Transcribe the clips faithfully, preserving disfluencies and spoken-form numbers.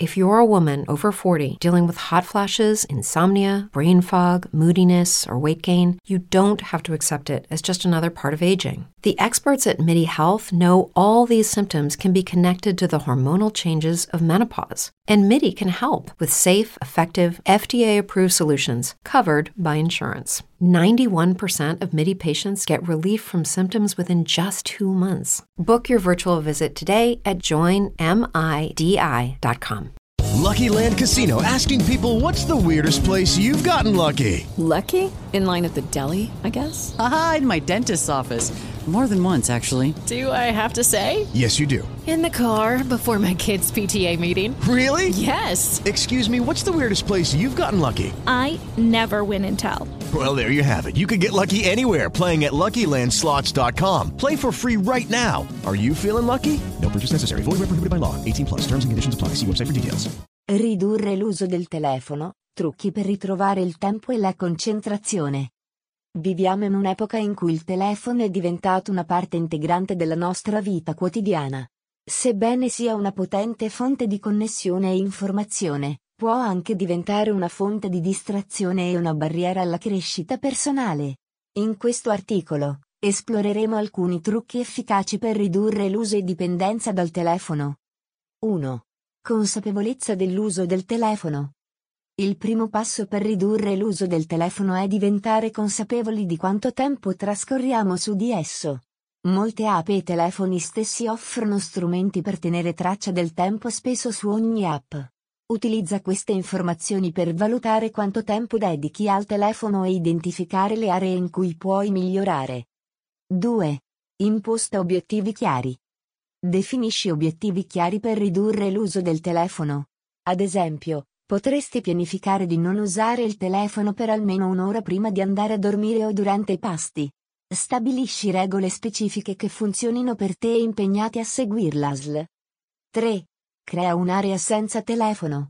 If you're a woman over forty dealing with hot flashes, insomnia, brain fog, moodiness, or weight gain, you don't have to accept it as just another part of aging. The experts at MIDI Health know all these symptoms can be connected to the hormonal changes of menopause. And MIDI can help with safe, effective, F D A-approved solutions covered by insurance. ninety-one percent of MIDI patients get relief from symptoms within just two months. Book your virtual visit today at join midi dot com. Lucky Land Casino, asking people, what's the weirdest place you've gotten lucky? Lucky? In line at the deli, I guess? Aha, in my dentist's office. More than once, actually. Do I have to say? Yes, you do. In the car before my kids' P T A meeting. Really? Yes. Excuse me, what's the weirdest place you've gotten lucky? I never win and tell. Well, there you have it. You can get lucky anywhere, playing at Lucky Land Slots dot com. Play for free right now. Are you feeling lucky? No purchase necessary. Void where prohibited by law. eighteen plus. Terms and conditions apply. See website for details. Ridurre l'uso del telefono, trucchi per ritrovare il tempo e la concentrazione. Viviamo in un'epoca in cui il telefono è diventato una parte integrante della nostra vita quotidiana. Sebbene sia una potente fonte di connessione e informazione, può anche diventare una fonte di distrazione e una barriera alla crescita personale. In questo articolo, esploreremo alcuni trucchi efficaci per ridurre l'uso e dipendenza dal telefono. uno. Consapevolezza dell'uso del telefono. Il primo passo per ridurre l'uso del telefono è diventare consapevoli di quanto tempo trascorriamo su di esso. Molte app e telefoni stessi offrono strumenti per tenere traccia del tempo speso su ogni app. Utilizza queste informazioni per valutare quanto tempo dedichi al telefono e identificare le aree in cui puoi migliorare. due. Imposta obiettivi chiari. Definisci obiettivi chiari per ridurre l'uso del telefono. Ad esempio, potresti pianificare di non usare il telefono per almeno un'ora prima di andare a dormire o durante i pasti. Stabilisci regole specifiche che funzionino per te e impegnati a seguirlas. tre. Crea un'area senza telefono.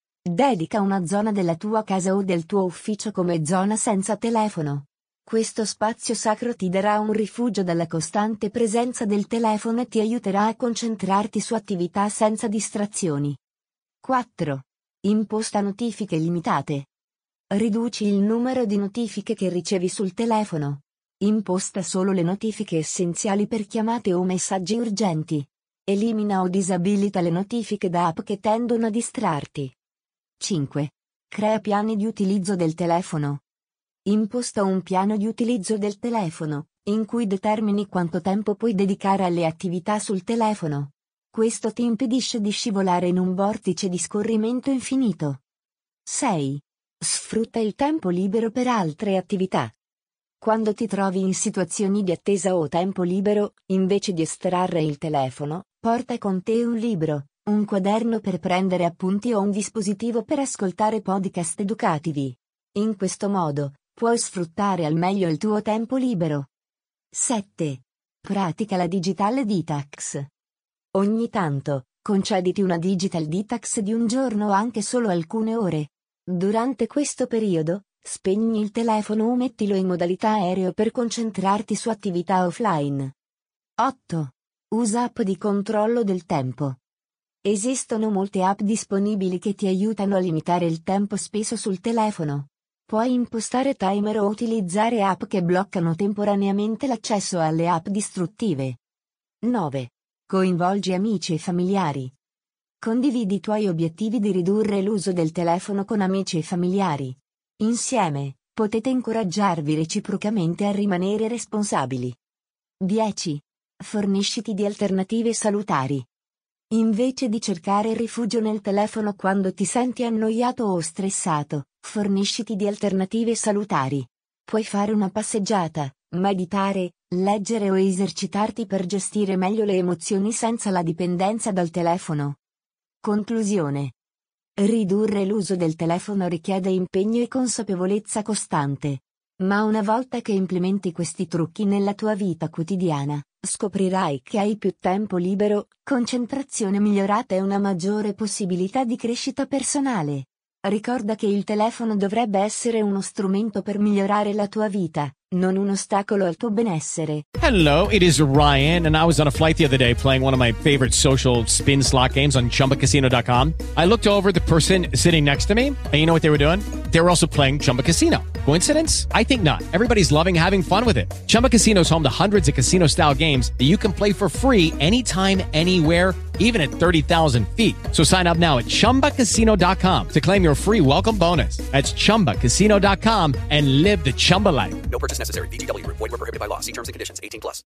Dedica una zona della tua casa o del tuo ufficio come zona senza telefono. Questo spazio sacro ti darà un rifugio dalla costante presenza del telefono e ti aiuterà a concentrarti su attività senza distrazioni. quattro. Imposta notifiche limitate. Riduci il numero di notifiche che ricevi sul telefono. Imposta solo le notifiche essenziali per chiamate o messaggi urgenti. Elimina o disabilita le notifiche da app che tendono a distrarti. cinque. Crea piani di utilizzo del telefono. Imposta un piano di utilizzo del telefono, in cui determini quanto tempo puoi dedicare alle attività sul telefono. Questo ti impedisce di scivolare in un vortice di scorrimento infinito. sei. Sfrutta il tempo libero per altre attività. Quando ti trovi in situazioni di attesa o tempo libero, invece di estrarre il telefono, porta con te un libro, un quaderno per prendere appunti o un dispositivo per ascoltare podcast educativi. In questo modo, puoi sfruttare al meglio il tuo tempo libero. sette. Pratica la digital detox. Ogni tanto, concediti una digital detox di un giorno o anche solo alcune ore. Durante questo periodo, spegni il telefono o mettilo in modalità aereo per concentrarti su attività offline. otto. Usa app di controllo del tempo. Esistono molte app disponibili che ti aiutano a limitare il tempo speso sul telefono. Puoi impostare timer o utilizzare app che bloccano temporaneamente l'accesso alle app distruttive. nove. Coinvolgi amici e familiari. Condividi i tuoi obiettivi di ridurre l'uso del telefono con amici e familiari. Insieme, potete incoraggiarvi reciprocamente a rimanere responsabili. dieci. Fornisciti di alternative salutari. Invece di cercare il rifugio nel telefono quando ti senti annoiato o stressato, fornisciti di alternative salutari. Puoi fare una passeggiata, meditare, leggere o esercitarti per gestire meglio le emozioni senza la dipendenza dal telefono. Conclusione. Ridurre l'uso del telefono richiede impegno e consapevolezza costante. Ma una volta che implementi questi trucchi nella tua vita quotidiana, scoprirai che hai più tempo libero, concentrazione migliorata e una maggiore possibilità di crescita personale. Ricorda che il telefono dovrebbe essere uno strumento per migliorare la tua vita, non un ostacolo al tuo benessere. Hello, it is Ryan, and I was on a flight the other day playing one of my favorite social spin slot games on Chumba Casino dot com. I looked over at the person sitting next to me, and you know what they were doing? They were also playing Chumba Casino. Coincidence? I think not. Everybody's loving having fun with it. Chumba Casino is home to hundreds of casino-style games that you can play for free anytime, anywhere, even at thirty thousand feet. So sign up now at Chumba Casino dot com to claim your free welcome bonus. That's Chumba Casino dot com and live the Chumba life. No purchase necessary. V G W. Void where prohibited by law. See terms and conditions. eighteen plus.